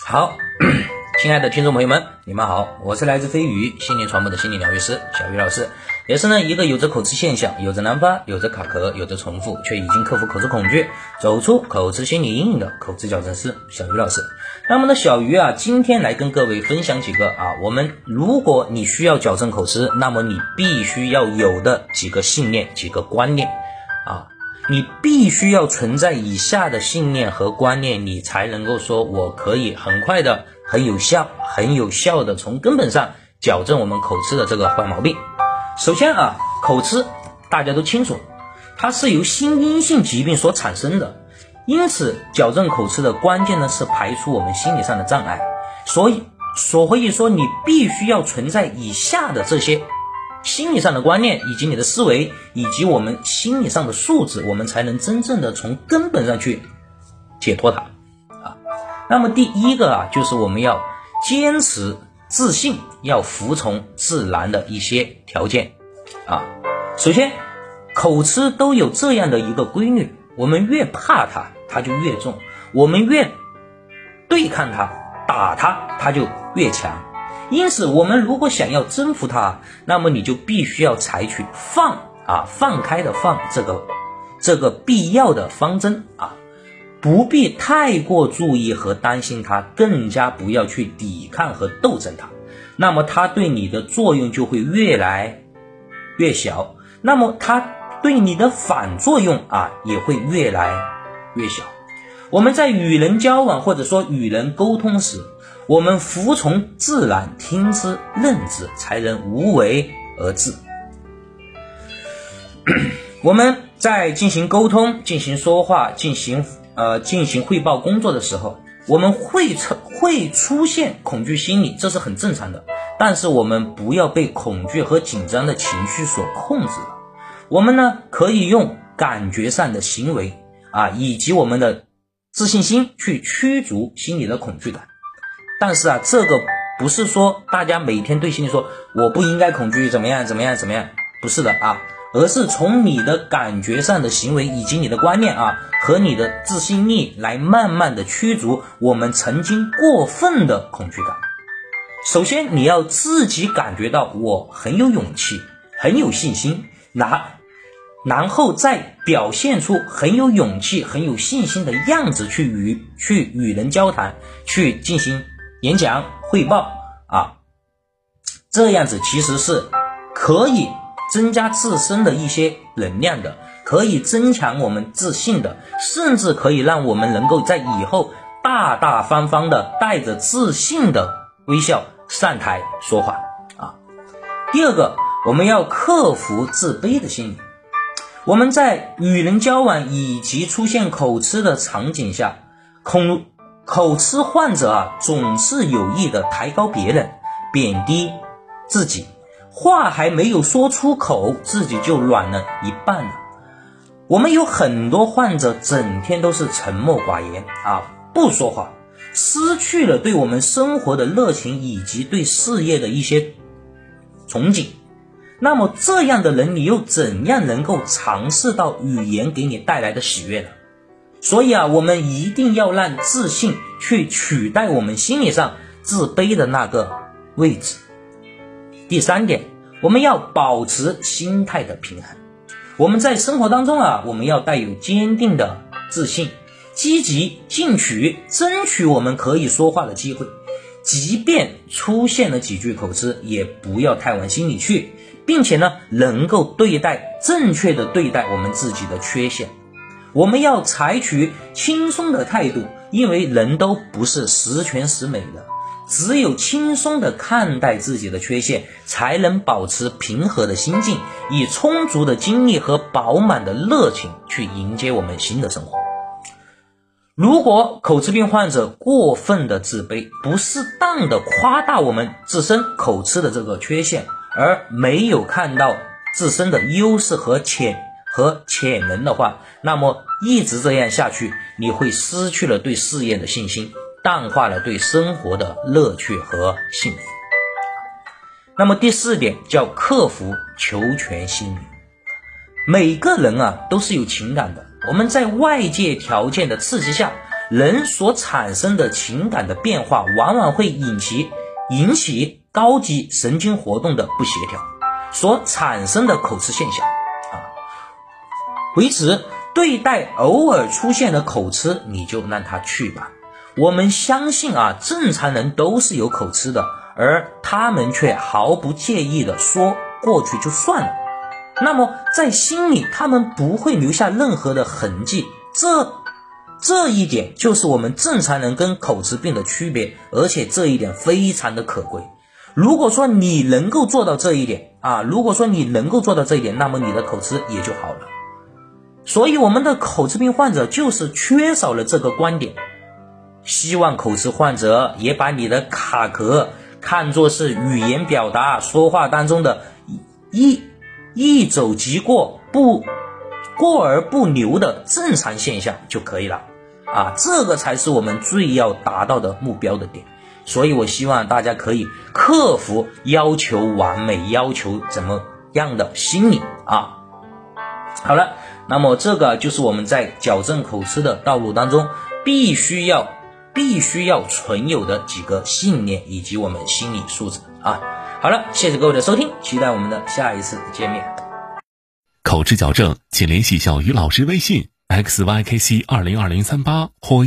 好，亲爱的听众朋友们，你们好，我是来自飞鱼心灵传播的心理疗愈师小鱼老师，也是一个有着口吃现象，有着难发，有着卡壳，有着重复，却已经克服口吃恐惧，走出口吃心理阴影的口吃矫正师小鱼老师。那么小鱼今天来跟各位分享几个如果你需要矫正口吃，那么你必须要有的几个信念、几个观念你必须要存在以下的信念和观念，你才能够说我可以很快的、很有效的从根本上矫正我们口吃的这个坏毛病。首先口吃大家都清楚，它是由心因性疾病所产生的，因此矫正口吃的关键呢是排除我们心理上的障碍。所以说你必须要存在以下的这些心理上的观念，以及你的思维，以及我们心理上的素质，我们才能真正的从根本上去解脱它那么第一个就是我们要坚持自信，要服从自然的一些条件首先口吃都有这样的一个规律，我们越怕它，它就越重；我们越对抗它、打它，它就越强。因此我们如果想要征服它，那么你就必须要采取放开的放这个必要的方针不必太过注意和担心它，更加不要去抵抗和斗争它，那么它对你的作用就会越来越小，那么它对你的反作用也会越来越小。我们在与人交往或者说与人沟通时，我们服从自然，听之任之，才能无为而治。我们在进行沟通、进行说话、进行汇报工作的时候，我们会出现恐惧心理，这是很正常的，但是我们不要被恐惧和紧张的情绪所控制了。我们可以用感觉上的行为以及我们的自信心去驱逐心理的恐惧感。但是这个不是说大家每天对心理说我不应该恐惧怎么样，不是的而是从你的感觉上的行为以及你的观念和你的自信力来慢慢的驱逐我们曾经过分的恐惧感。首先你要自己感觉到我很有勇气，很有信心，然后再表现出很有勇气、很有信心的样子去与人交谈，去进行演讲、汇报这样子其实是可以增加自身的一些能量的，可以增强我们自信的，甚至可以让我们能够在以后大大方方的带着自信的微笑上台说话第二个，我们要克服自卑的心理。我们在与人交往以及出现口吃的场景下，口吃患者总是有意的抬高别人，贬低自己，话还没有说出口，自己就软了一半了。我们有很多患者整天都是沉默寡言不说话，失去了对我们生活的热情以及对事业的一些憧憬。那么这样的人，你又怎样能够尝试到语言给你带来的喜悦呢？所以我们一定要让自信去取代我们心理上自卑的那个位置。第三点，我们要保持心态的平衡。我们在生活当中我们要带有坚定的自信，积极进取，争取我们可以说话的机会。即便出现了几句口吃，也不要太往心里去，并且能够正确的对待我们自己的缺陷。我们要采取轻松的态度，因为人都不是十全十美的，只有轻松的看待自己的缺陷，才能保持平和的心境，以充足的精力和饱满的热情去迎接我们新的生活。如果口吃病患者过分的自卑，不适当的夸大我们自身口吃的这个缺陷，而没有看到自身的优势和潜能的话，那么一直这样下去，你会失去了对事业的信心，淡化了对生活的乐趣和幸福。那么第四点叫克服求全心理。每个人都是有情感的，我们在外界条件的刺激下， 人所产生的情感的变化往往会引起高级神经活动的不协调所产生的口吃现象为此，对待偶尔出现的口吃，你就让它去吧。我们相信正常人都是有口吃的，而他们却毫不介意的说过去就算了。那么在心里他们不会留下任何的痕迹，这一点就是我们正常人跟口吃病的区别，而且这一点非常的可贵。如果说你能够做到这一点那么你的口吃也就好了。所以我们的口吃病患者就是缺少了这个观点，希望口吃患者也把你的卡壳看作是语言表达说话当中的一走即过而不留的正常现象就可以了这个才是我们最要达到的目标的点。所以我希望大家可以克服要求完美要求怎么样的心理好了，那么这个就是我们在矫正口吃的道路当中必须要存有的几个信念以及我们心理素质好了，谢谢各位的收听，期待我们的下一次见面。 口吃矫正请联系小鱼老师微信 xykc202038 或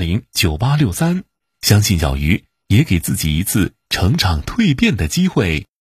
19898809863，相信小鱼也给自己一次成长蜕变的机会。